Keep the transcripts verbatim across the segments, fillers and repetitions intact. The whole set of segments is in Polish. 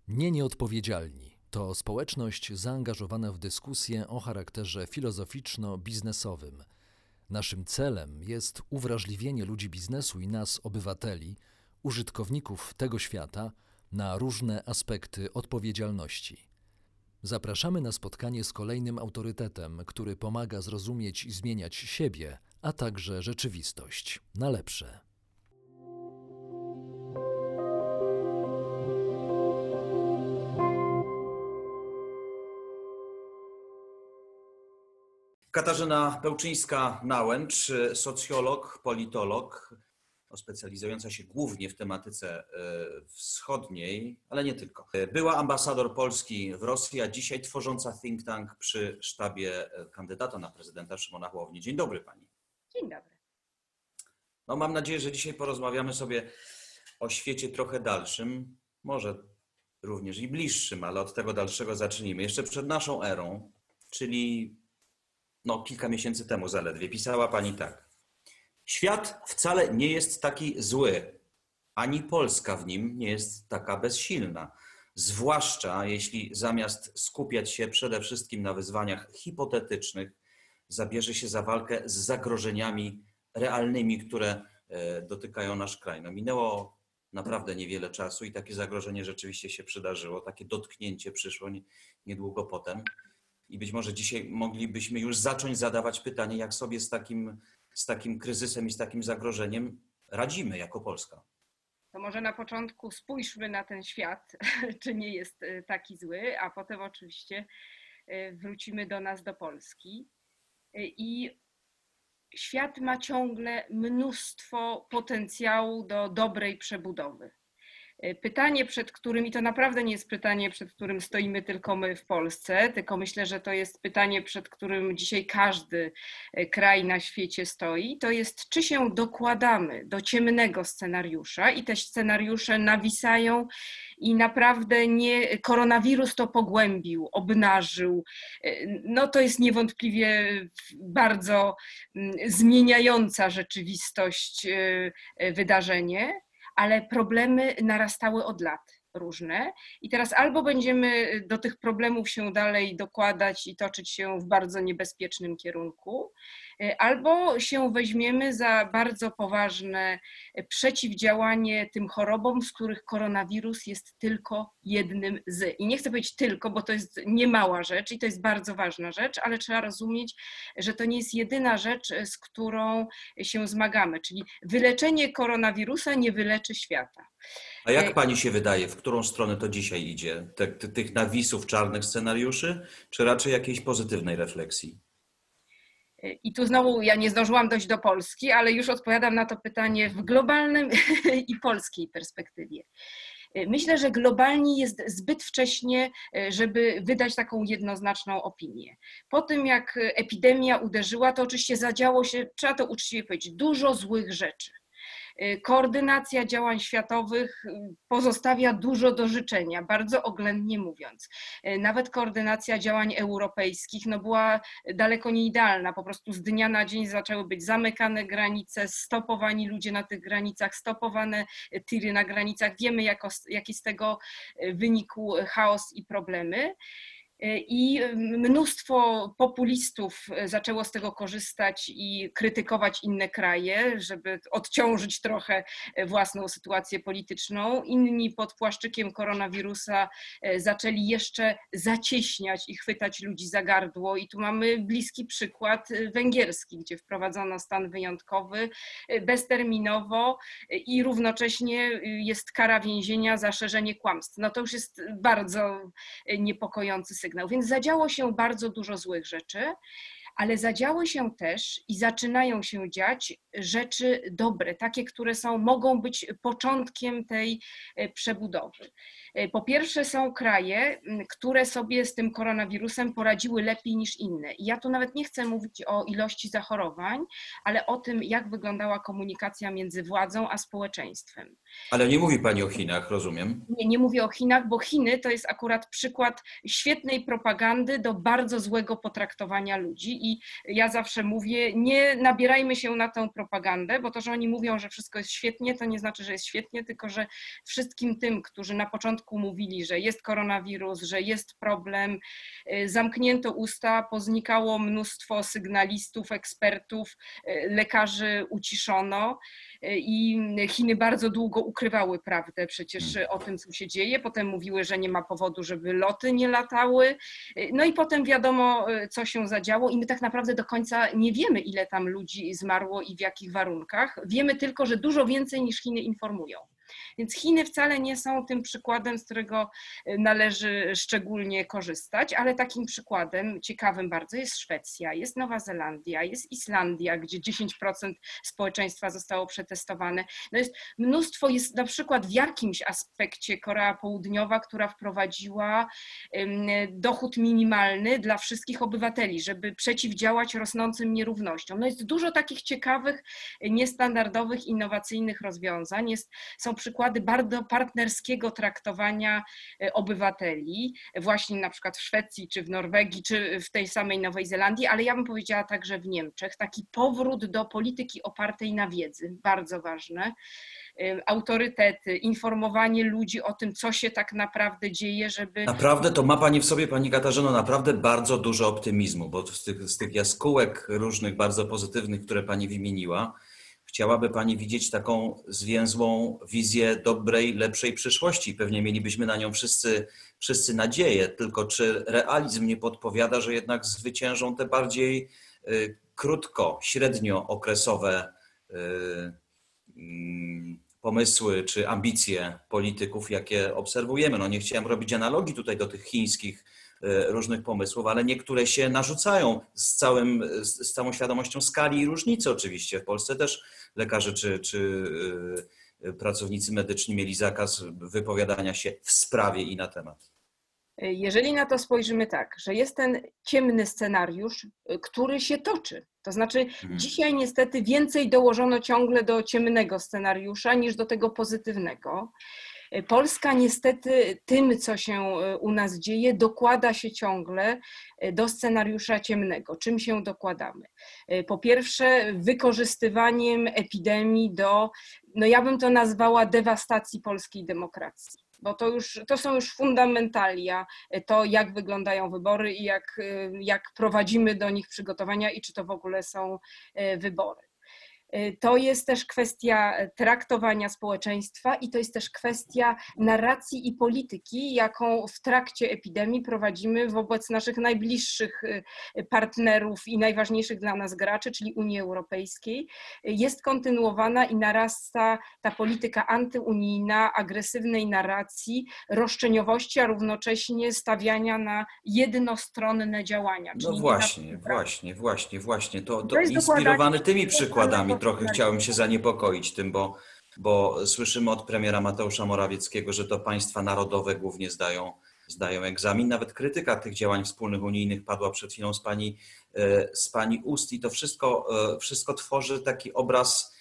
Nie nieodpowiedzialni to społeczność zaangażowana w dyskusję o charakterze filozoficzno-biznesowym. Naszym celem jest uwrażliwienie ludzi biznesu i nas, obywateli, użytkowników tego świata, na różne aspekty odpowiedzialności. Zapraszamy na spotkanie z kolejnym autorytetem, który pomaga zrozumieć i zmieniać siebie, a także rzeczywistość na lepsze. Katarzyna Pełczyńska-Nałęcz, socjolog, politolog, specjalizująca się głównie w tematyce wschodniej, ale nie tylko. Była ambasador Polski w Rosji, a dzisiaj tworząca think tank przy sztabie kandydata na prezydenta Szymona Hołowni. Dzień dobry pani. Dzień dobry. No, mam nadzieję, że dzisiaj porozmawiamy sobie o świecie trochę dalszym, może również i bliższym, ale od tego dalszego zacznijmy. Jeszcze przed naszą erą, czyli no, kilka miesięcy temu zaledwie, pisała pani tak. Świat wcale nie jest taki zły, ani Polska w nim nie jest taka bezsilna. Zwłaszcza jeśli zamiast skupiać się przede wszystkim na wyzwaniach hipotetycznych, zabierze się za walkę z zagrożeniami realnymi, które dotykają nasz kraj. No, minęło naprawdę niewiele czasu i takie zagrożenie rzeczywiście się przydarzyło, takie dotknięcie przyszło niedługo potem. I być może dzisiaj moglibyśmy już zacząć zadawać pytanie, jak sobie z takim, z takim kryzysem i z takim zagrożeniem radzimy jako Polska. To może na początku spójrzmy na ten świat, czy nie jest taki zły, a potem oczywiście wrócimy do nas, do Polski. I świat ma ciągle mnóstwo potencjału do dobrej przebudowy. Pytanie, przed którym, i to naprawdę nie jest pytanie, przed którym stoimy tylko my w Polsce, tylko myślę, że to jest pytanie, przed którym dzisiaj każdy kraj na świecie stoi, to jest, czy się dokładamy do ciemnego scenariusza i te scenariusze nawisają i naprawdę nie, koronawirus to pogłębił, obnażył. No to jest niewątpliwie bardzo zmieniająca rzeczywistość wydarzenie, ale problemy narastały od lat różne i teraz albo będziemy do tych problemów się dalej dokładać i toczyć się w bardzo niebezpiecznym kierunku, albo się weźmiemy za bardzo poważne przeciwdziałanie tym chorobom, z których koronawirus jest tylko jednym z. I nie chcę powiedzieć tylko, bo to jest niemała rzecz i to jest bardzo ważna rzecz, ale trzeba rozumieć, że to nie jest jedyna rzecz, z którą się zmagamy, czyli wyleczenie koronawirusa nie wyleczy świata. A jak pani się wydaje, w którą stronę to dzisiaj idzie? Te, te, tych nawisów, czarnych scenariuszy, czy raczej jakiejś pozytywnej refleksji? I tu znowu ja nie zdążyłam dojść do Polski, ale już odpowiadam na to pytanie w globalnym i polskiej perspektywie. Myślę, że globalnie jest zbyt wcześnie, żeby wydać taką jednoznaczną opinię. Po tym, jak epidemia uderzyła, to oczywiście zadziało się, trzeba to uczciwie powiedzieć, dużo złych rzeczy. Koordynacja działań światowych pozostawia dużo do życzenia, bardzo oględnie mówiąc. Nawet koordynacja działań europejskich no była daleko nie idealna. Po prostu z dnia na dzień zaczęły być zamykane granice, stopowani ludzie na tych granicach, stopowane tiry na granicach. Wiemy, jako, jaki z tego wynikł chaos i problemy. I mnóstwo populistów zaczęło z tego korzystać i krytykować inne kraje, żeby odciążyć trochę własną sytuację polityczną. Inni pod płaszczykiem koronawirusa zaczęli jeszcze zacieśniać i chwytać ludzi za gardło. I tu mamy bliski przykład węgierski, gdzie wprowadzono stan wyjątkowy bezterminowo i równocześnie jest kara więzienia za szerzenie kłamstw. No to już jest bardzo niepokojący sygnał. Więc zadziało się bardzo dużo złych rzeczy, ale zadziały się też i zaczynają się dziać rzeczy dobre, takie, które są, mogą być początkiem tej przebudowy. Po pierwsze są kraje, które sobie z tym koronawirusem poradziły lepiej niż inne. I ja tu nawet nie chcę mówić o ilości zachorowań, ale o tym, jak wyglądała komunikacja między władzą a społeczeństwem. Ale nie mówi pani o Chinach, rozumiem? Nie, nie mówię o Chinach, bo Chiny to jest akurat przykład świetnej propagandy do bardzo złego potraktowania ludzi i ja zawsze mówię, nie nabierajmy się na tę propagandę, bo to, że oni mówią, że wszystko jest świetnie, to nie znaczy, że jest świetnie, tylko że wszystkim tym, którzy na początku początku mówili, że jest koronawirus, że jest problem, zamknięto usta, poznikało mnóstwo sygnalistów, ekspertów, lekarzy uciszono i Chiny bardzo długo ukrywały prawdę przecież o tym, co się dzieje. Potem mówiły, że nie ma powodu, żeby loty nie latały. No i potem wiadomo, co się zadziało i my tak naprawdę do końca nie wiemy, ile tam ludzi zmarło i w jakich warunkach. Wiemy tylko, że dużo więcej niż Chiny informują. Więc Chiny wcale nie są tym przykładem, z którego należy szczególnie korzystać, ale takim przykładem ciekawym bardzo jest Szwecja, jest Nowa Zelandia, jest Islandia, gdzie dziesięć procent społeczeństwa zostało przetestowane. No jest mnóstwo, jest na przykład w jakimś aspekcie Korea Południowa, która wprowadziła dochód minimalny dla wszystkich obywateli, żeby przeciwdziałać rosnącym nierównościom. No jest dużo takich ciekawych, niestandardowych, innowacyjnych rozwiązań. Jest, są przykłady bardzo partnerskiego traktowania obywateli, właśnie na przykład w Szwecji, czy w Norwegii, czy w tej samej Nowej Zelandii, ale ja bym powiedziała także w Niemczech. Taki powrót do polityki opartej na wiedzy, bardzo ważne. Autorytety, informowanie ludzi o tym, co się tak naprawdę dzieje, żeby... Naprawdę to ma Pani w sobie, Pani Katarzyno, naprawdę bardzo dużo optymizmu, bo z tych, z tych jaskółek różnych, bardzo pozytywnych, które Pani wymieniła, chciałaby Pani widzieć taką zwięzłą wizję dobrej, lepszej przyszłości. Pewnie mielibyśmy na nią wszyscy, wszyscy nadzieję, tylko czy realizm nie podpowiada, że jednak zwyciężą te bardziej y, krótko, średniookresowe y, y, pomysły czy ambicje polityków, jakie obserwujemy. No nie chciałem robić analogii tutaj do tych chińskich różnych pomysłów, ale niektóre się narzucają z, całym, z całą świadomością skali i różnicy oczywiście. W Polsce też lekarze czy, czy pracownicy medyczni mieli zakaz wypowiadania się w sprawie i na temat. Jeżeli na to spojrzymy tak, że jest ten ciemny scenariusz, który się toczy, to znaczy hmm. dzisiaj niestety więcej dołożono ciągle do ciemnego scenariusza niż do tego pozytywnego. Polska niestety tym, co się u nas dzieje, dokłada się ciągle do scenariusza ciemnego. Czym się dokładamy? Po pierwsze, wykorzystywaniem epidemii do, no ja bym to nazwała dewastacji polskiej demokracji. Bo to, już, to są już fundamentalia, to jak wyglądają wybory i jak, jak prowadzimy do nich przygotowania i czy to w ogóle są wybory. To jest też kwestia traktowania społeczeństwa i to jest też kwestia narracji i polityki, jaką w trakcie epidemii prowadzimy wobec naszych najbliższych partnerów i najważniejszych dla nas graczy, czyli Unii Europejskiej. Jest kontynuowana i narasta ta polityka antyunijna, agresywnej narracji, roszczeniowości, a równocześnie stawiania na jednostronne działania. No właśnie, właśnie, właśnie, właśnie. To, to, to inspirowany tymi przykładami trochę chciałem się zaniepokoić tym, bo, bo słyszymy od premiera Mateusza Morawieckiego, że to państwa narodowe głównie zdają, zdają egzamin. Nawet krytyka tych działań wspólnych unijnych padła przed chwilą z pani, z pani ust i to wszystko, wszystko tworzy taki obraz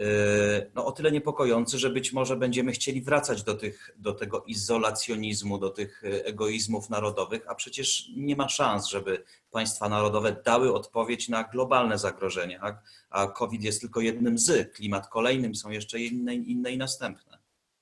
no, o tyle niepokojący, że być może będziemy chcieli wracać do, tych, do tego izolacjonizmu, do tych egoizmów narodowych, a przecież nie ma szans, żeby państwa narodowe dały odpowiedź na globalne zagrożenia, a, a COVID jest tylko jednym z, klimat kolejnym, są jeszcze inne, inne i następne.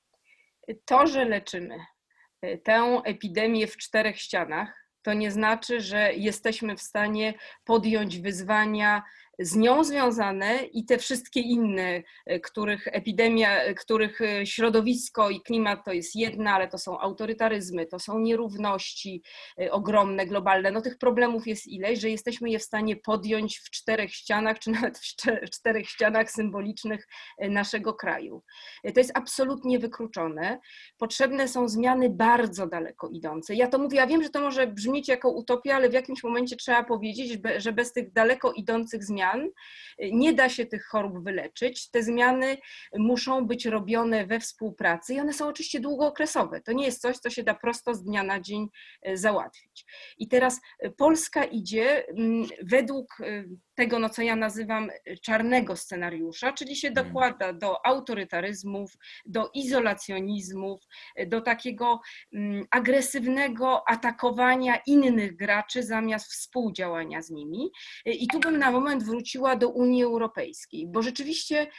To, że leczymy tę epidemię w czterech ścianach, to nie znaczy, że jesteśmy w stanie podjąć wyzwania z nią związane i te wszystkie inne, których epidemia, których środowisko i klimat to jest jedna, ale to są autorytaryzmy, to są nierówności ogromne, globalne. No tych problemów jest ileś, że jesteśmy je w stanie podjąć w czterech ścianach, czy nawet w czterech ścianach symbolicznych naszego kraju. To jest absolutnie wykluczone. Potrzebne są zmiany bardzo daleko idące. Ja to mówię, ja wiem, że to może brzmieć jako utopia, ale w jakimś momencie trzeba powiedzieć, że bez tych daleko idących zmian nie da się tych chorób wyleczyć. Te zmiany muszą być robione we współpracy i one są oczywiście długookresowe. To nie jest coś, co się da prosto z dnia na dzień załatwić. I teraz Polska idzie według tego, no co ja nazywam czarnego scenariusza, czyli się dokłada do autorytaryzmów, do izolacjonizmów, do takiego agresywnego atakowania innych graczy zamiast współdziałania z nimi. I tu bym na moment wróciła wróciła do Unii Europejskiej, bo rzeczywiście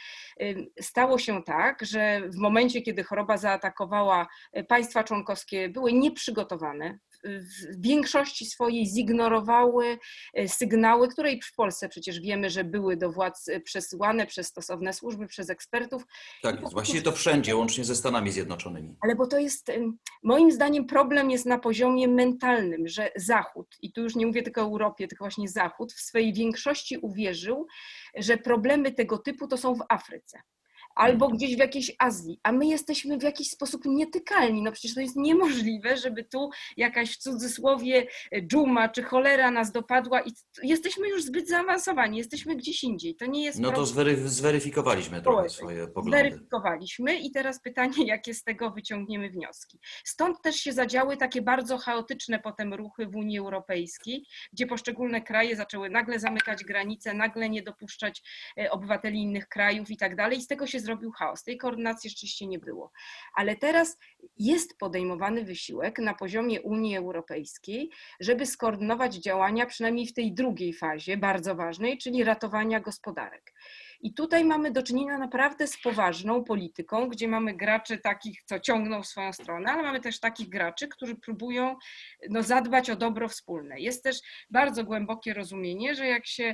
stało się tak, że w momencie, kiedy choroba zaatakowała, państwa członkowskie były nieprzygotowane, w większości swojej zignorowały sygnały, które i w Polsce przecież wiemy, że były do władz przesyłane przez stosowne służby, przez ekspertów. Tak jest, właściwie to wszędzie, łącznie ze Stanami Zjednoczonymi. Ale bo to jest, moim zdaniem problem jest na poziomie mentalnym, że Zachód, i tu już nie mówię tylko o Europie, tylko właśnie Zachód, w swojej większości uwierzył, że problemy tego typu to są w Afryce. Albo gdzieś w jakiejś Azji, a my jesteśmy w jakiś sposób nietykalni. No przecież to jest niemożliwe, żeby tu jakaś w cudzysłowie dżuma czy cholera nas dopadła i jesteśmy już zbyt zaawansowani, jesteśmy gdzieś indziej. To nie jest No to zwery- zweryfikowaliśmy trochę swoje poglądy. Zweryfikowaliśmy i teraz pytanie, jakie z tego wyciągniemy wnioski. Stąd też się zadziały takie bardzo chaotyczne potem ruchy w Unii Europejskiej, gdzie poszczególne kraje zaczęły nagle zamykać granice, nagle nie dopuszczać obywateli innych krajów i tak dalej. I z tego się zrobił chaos. Tej koordynacji rzeczywiście nie było. Ale teraz jest podejmowany wysiłek na poziomie Unii Europejskiej, żeby skoordynować działania przynajmniej w tej drugiej fazie, bardzo ważnej, czyli ratowania gospodarek. I tutaj mamy do czynienia naprawdę z poważną polityką, gdzie mamy graczy takich, co ciągną w swoją stronę, ale mamy też takich graczy, którzy próbują no, zadbać o dobro wspólne. Jest też bardzo głębokie rozumienie, że jak się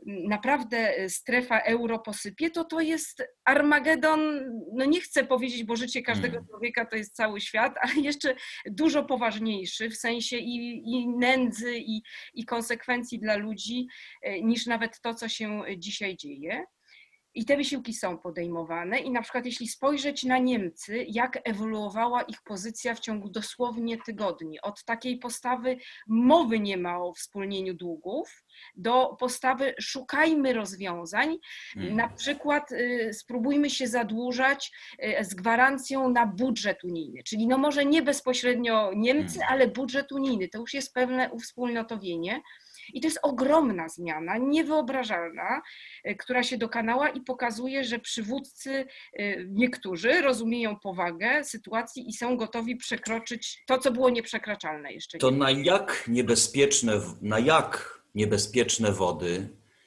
naprawdę strefa euro posypie, to to jest Armagedon, no nie chcę powiedzieć, bo życie każdego Hmm. człowieka to jest cały świat, ale jeszcze dużo poważniejszy w sensie i, i nędzy, i, i konsekwencji dla ludzi, niż nawet to, co się dzisiaj dzieje. I te wysiłki są podejmowane i na przykład jeśli spojrzeć na Niemcy, jak ewoluowała ich pozycja w ciągu dosłownie tygodni, od takiej postawy mowy nie ma o wspólnieniu długów, do postawy szukajmy rozwiązań, Hmm. na przykład y, spróbujmy się zadłużać y, z gwarancją na budżet unijny, czyli no może nie bezpośrednio Niemcy, Hmm. ale budżet unijny, to już jest pewne uwspólnotowienie. I to jest ogromna zmiana, niewyobrażalna, która się dokonała i pokazuje, że przywódcy niektórzy rozumieją powagę sytuacji i są gotowi przekroczyć to, co było nieprzekraczalne jeszcze. To na jak niebezpieczne, na jak niebezpieczne wody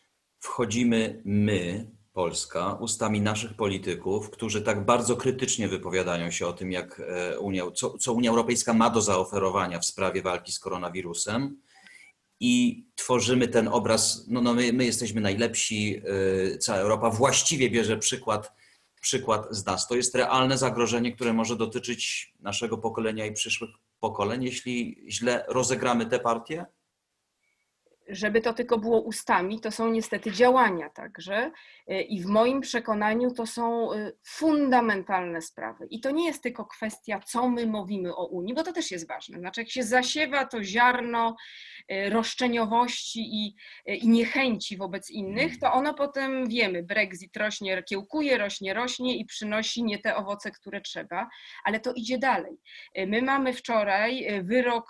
wchodzimy my, Polska, ustami naszych polityków, którzy tak bardzo krytycznie wypowiadają się o tym, jak Unia, co, co Unia Europejska ma do zaoferowania w sprawie walki z koronawirusem. I tworzymy ten obraz, no, no my, my jesteśmy najlepsi, yy, cała Europa właściwie bierze przykład, przykład z nas. To jest realne zagrożenie, które może dotyczyć naszego pokolenia i przyszłych pokoleń, jeśli źle rozegramy tę partię? Żeby to tylko było ustami, to są niestety działania także i w moim przekonaniu to są fundamentalne sprawy. I to nie jest tylko kwestia, co my mówimy o Unii, bo to też jest ważne. Znaczy jak się zasiewa to ziarno roszczeniowości i, i niechęci wobec innych, to ono potem wiemy, Brexit rośnie, kiełkuje, rośnie, rośnie i przynosi nie te owoce, które trzeba, ale to idzie dalej. My mamy wczoraj wyrok,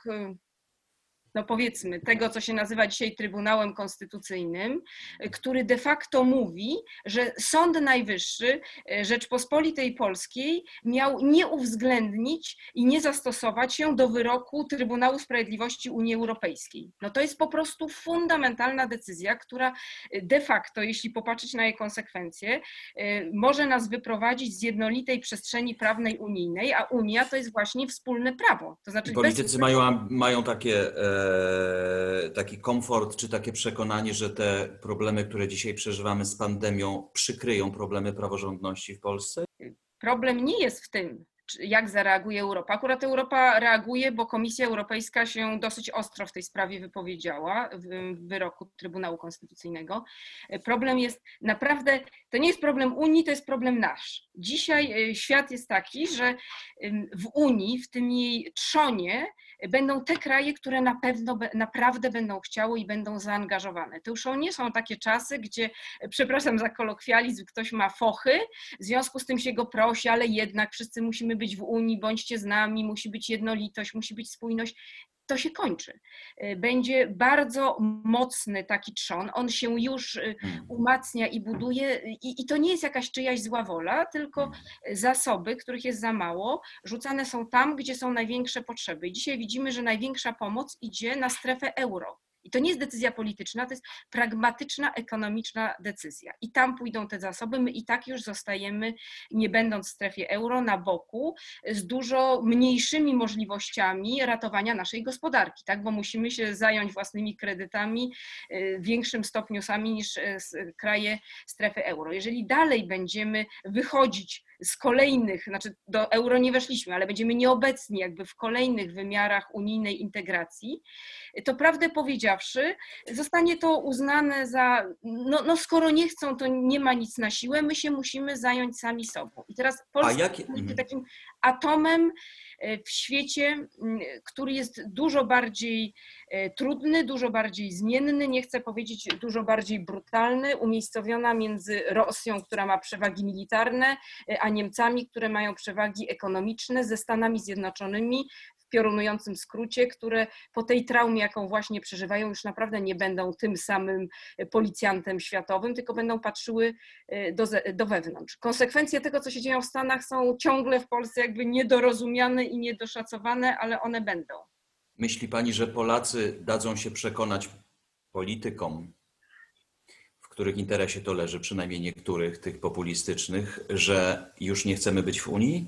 no powiedzmy, tego, co się nazywa dzisiaj Trybunałem Konstytucyjnym, który de facto mówi, że Sąd Najwyższy Rzeczpospolitej Polskiej miał nie uwzględnić i nie zastosować się do wyroku Trybunału Sprawiedliwości Unii Europejskiej. No to jest po prostu fundamentalna decyzja, która de facto, jeśli popatrzeć na jej konsekwencje, może nas wyprowadzić z jednolitej przestrzeni prawnej unijnej, a Unia to jest właśnie wspólne prawo. To znaczy Politycy bez... mają, mają takie... E... taki komfort, czy takie przekonanie, że te problemy, które dzisiaj przeżywamy z pandemią, przykryją problemy praworządności w Polsce? Problem nie jest w tym, jak zareaguje Europa. Akurat Europa reaguje, bo Komisja Europejska się dosyć ostro w tej sprawie wypowiedziała w wyroku Trybunału Konstytucyjnego. Problem jest naprawdę, to nie jest problem Unii, to jest problem nasz. Dzisiaj świat jest taki, że w Unii, w tym jej trzonie, będą te kraje, które na pewno naprawdę będą chciały i będą zaangażowane. To już nie są takie czasy, gdzie, przepraszam za kolokwializm, ktoś ma fochy, w związku z tym się go prosi, ale jednak wszyscy musimy być w Unii, bądźcie z nami, musi być jednolitość, musi być spójność. To się kończy. Będzie bardzo mocny taki trzon, on się już umacnia i buduje i, i to nie jest jakaś czyjaś zła wola, tylko zasoby, których jest za mało, rzucane są tam, gdzie są największe potrzeby. I dzisiaj widzimy, że największa pomoc idzie na strefę euro. I to nie jest decyzja polityczna, to jest pragmatyczna, ekonomiczna decyzja. I tam pójdą te zasoby, my i tak już zostajemy, nie będąc w strefie euro, na boku, z dużo mniejszymi możliwościami ratowania naszej gospodarki, tak? Bo musimy się zająć własnymi kredytami w większym stopniu sami niż kraje strefy euro. Jeżeli dalej będziemy wychodzić z kolejnych, znaczy do euro nie weszliśmy, ale będziemy nieobecni jakby w kolejnych wymiarach unijnej integracji, to prawdę powiedziawszy zostanie to uznane za, no, no skoro nie chcą, to nie ma nic na siłę, my się musimy zająć sami sobą. I teraz Polska jakie... jest takim atomem w świecie, który jest dużo bardziej trudny, dużo bardziej zmienny, nie chcę powiedzieć dużo bardziej brutalny, umiejscowiona między Rosją, która ma przewagi militarne, a Niemcami, które mają przewagi ekonomiczne, ze Stanami Zjednoczonymi, w piorunującym skrócie, które po tej traumie, jaką właśnie przeżywają, już naprawdę nie będą tym samym policjantem światowym, tylko będą patrzyły do, do wewnątrz. Konsekwencje tego, co się dzieje w Stanach, są ciągle w Polsce jakby niedorozumiane i niedoszacowane, ale one będą. Myśli pani, że Polacy dadzą się przekonać politykom, w których interesie to leży, przynajmniej niektórych, tych populistycznych, że już nie chcemy być w Unii?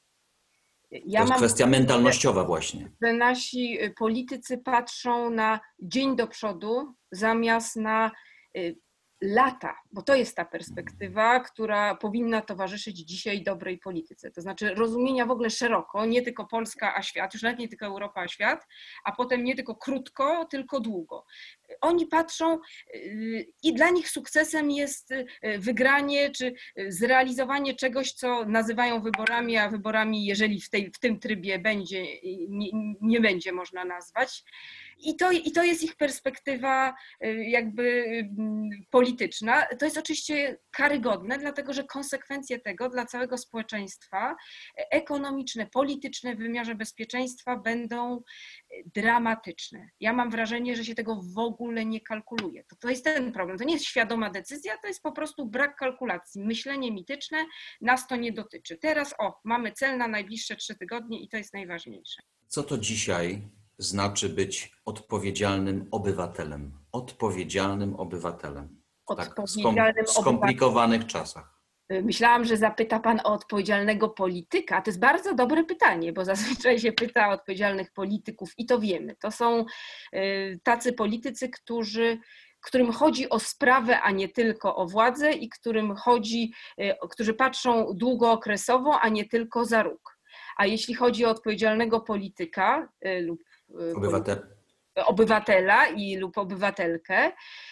Ja to jest mam kwestia mentalnościowa właśnie. Że nasi politycy patrzą na dzień do przodu zamiast na lata, bo to jest ta perspektywa, która powinna towarzyszyć dzisiaj dobrej polityce. To znaczy rozumienia w ogóle szeroko, nie tylko Polska, a świat, już nawet nie tylko Europa, a świat, a potem nie tylko krótko, tylko długo. Oni patrzą i dla nich sukcesem jest wygranie czy zrealizowanie czegoś, co nazywają wyborami, a wyborami, jeżeli w, tej, w tym trybie będzie, nie, nie będzie można nazwać. I to, I to jest ich perspektywa jakby polityczna. To jest oczywiście karygodne, dlatego że konsekwencje tego dla całego społeczeństwa ekonomiczne, polityczne w wymiarze bezpieczeństwa będą dramatyczne. Ja mam wrażenie, że się tego w ogóle nie kalkuluje. To, to jest ten problem. To nie jest świadoma decyzja, to jest po prostu brak kalkulacji. Myślenie mityczne, nas to nie dotyczy. Teraz o, mamy cel na najbliższe trzy tygodnie i to jest najważniejsze. Co to dzisiaj znaczy być odpowiedzialnym obywatelem? Odpowiedzialnym obywatelem. Odpowiedzialnym tak, w skomplikowanych czasach. Myślałam, że zapyta pan o odpowiedzialnego polityka. To jest bardzo dobre pytanie, bo zazwyczaj się pyta o odpowiedzialnych polityków i to wiemy. To są tacy politycy, którzy którym chodzi o sprawę, a nie tylko o władzę i którym chodzi, którzy patrzą długookresowo, a nie tylko za róg. A jeśli chodzi o odpowiedzialnego polityka lub Obywatel. obywatela i lub obywatelkę,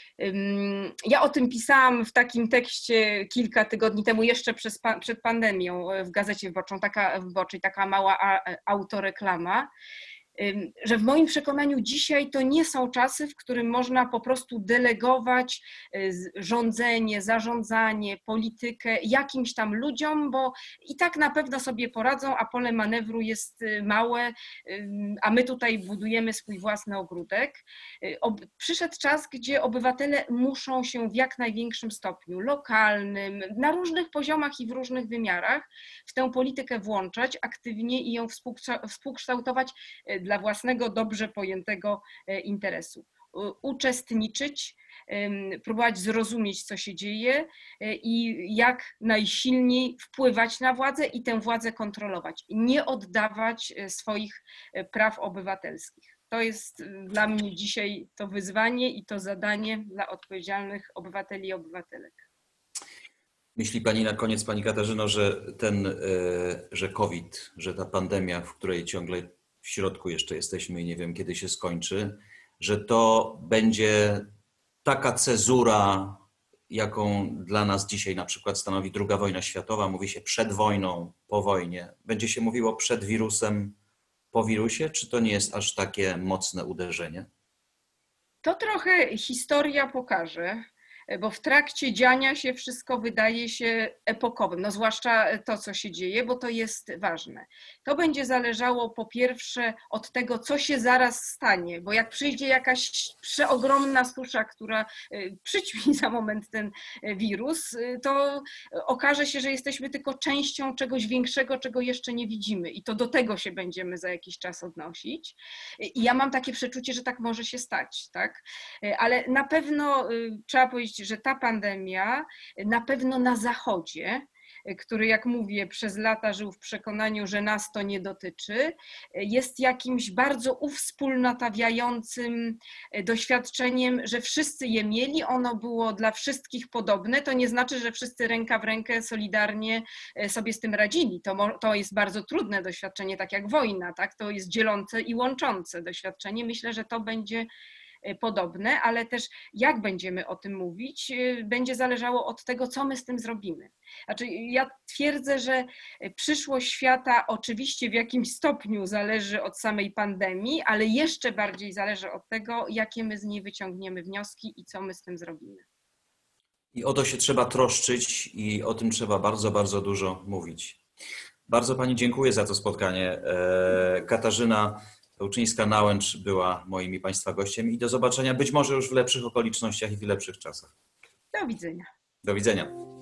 ja o tym pisałam w takim tekście kilka tygodni temu, jeszcze przez, przed pandemią w Gazecie Wyborczej, taka, wyborczej, taka mała autoreklama, że w moim przekonaniu dzisiaj to nie są czasy, w którym można po prostu delegować rządzenie, zarządzanie, politykę jakimś tam ludziom, bo i tak na pewno sobie poradzą, a pole manewru jest małe, a my tutaj budujemy swój własny ogródek. Przyszedł czas, gdzie obywatele muszą się w jak największym stopniu lokalnym, na różnych poziomach i w różnych wymiarach w tę politykę włączać aktywnie i ją współkształtować dla własnego, dobrze pojętego interesu. Uczestniczyć, próbować zrozumieć, co się dzieje i jak najsilniej wpływać na władzę i tę władzę kontrolować. Nie oddawać swoich praw obywatelskich. To jest dla mnie dzisiaj to wyzwanie i to zadanie dla odpowiedzialnych obywateli i obywatelek. Myśli pani na koniec, pani Katarzyno, że ten, że COVID, że ta pandemia, w której ciągle w środku jeszcze jesteśmy i nie wiem, kiedy się skończy, że to będzie taka cezura, jaką dla nas dzisiaj na przykład stanowi druga wojna światowa. Mówi się przed wojną, po wojnie. Będzie się mówiło przed wirusem, po wirusie? Czy to nie jest aż takie mocne uderzenie? To trochę historia pokaże. bo w trakcie dziania się wszystko wydaje się epokowym, no zwłaszcza to, co się dzieje, bo to jest ważne. To będzie zależało po pierwsze od tego, co się zaraz stanie, bo jak przyjdzie jakaś przeogromna susza, która przyćmi za moment ten wirus, to okaże się, że jesteśmy tylko częścią czegoś większego, czego jeszcze nie widzimy i to do tego się będziemy za jakiś czas odnosić. I ja mam takie przeczucie, że tak może się stać, tak? Ale na pewno trzeba powiedzieć, że ta pandemia na pewno na Zachodzie, który, jak mówię, przez lata żył w przekonaniu, że nas to nie dotyczy, jest jakimś bardzo uwspólnotawiającym doświadczeniem, że wszyscy je mieli, ono było dla wszystkich podobne. To nie znaczy, że wszyscy ręka w rękę solidarnie sobie z tym radzili. To, to jest bardzo trudne doświadczenie, tak jak wojna, tak? To jest dzielące i łączące doświadczenie. Myślę, że to będzie podobne, ale też jak będziemy o tym mówić, będzie zależało od tego, co my z tym zrobimy. Znaczy, ja twierdzę, że przyszłość świata oczywiście w jakimś stopniu zależy od samej pandemii, ale jeszcze bardziej zależy od tego, jakie my z niej wyciągniemy wnioski i co my z tym zrobimy. I o to się trzeba troszczyć i o tym trzeba bardzo, bardzo dużo mówić. Bardzo Pani dziękuję za to spotkanie. Katarzyna Pełczyńska-Nałęcz była moim i Państwa gościem i do zobaczenia być może już w lepszych okolicznościach i w lepszych czasach. Do widzenia. Do widzenia.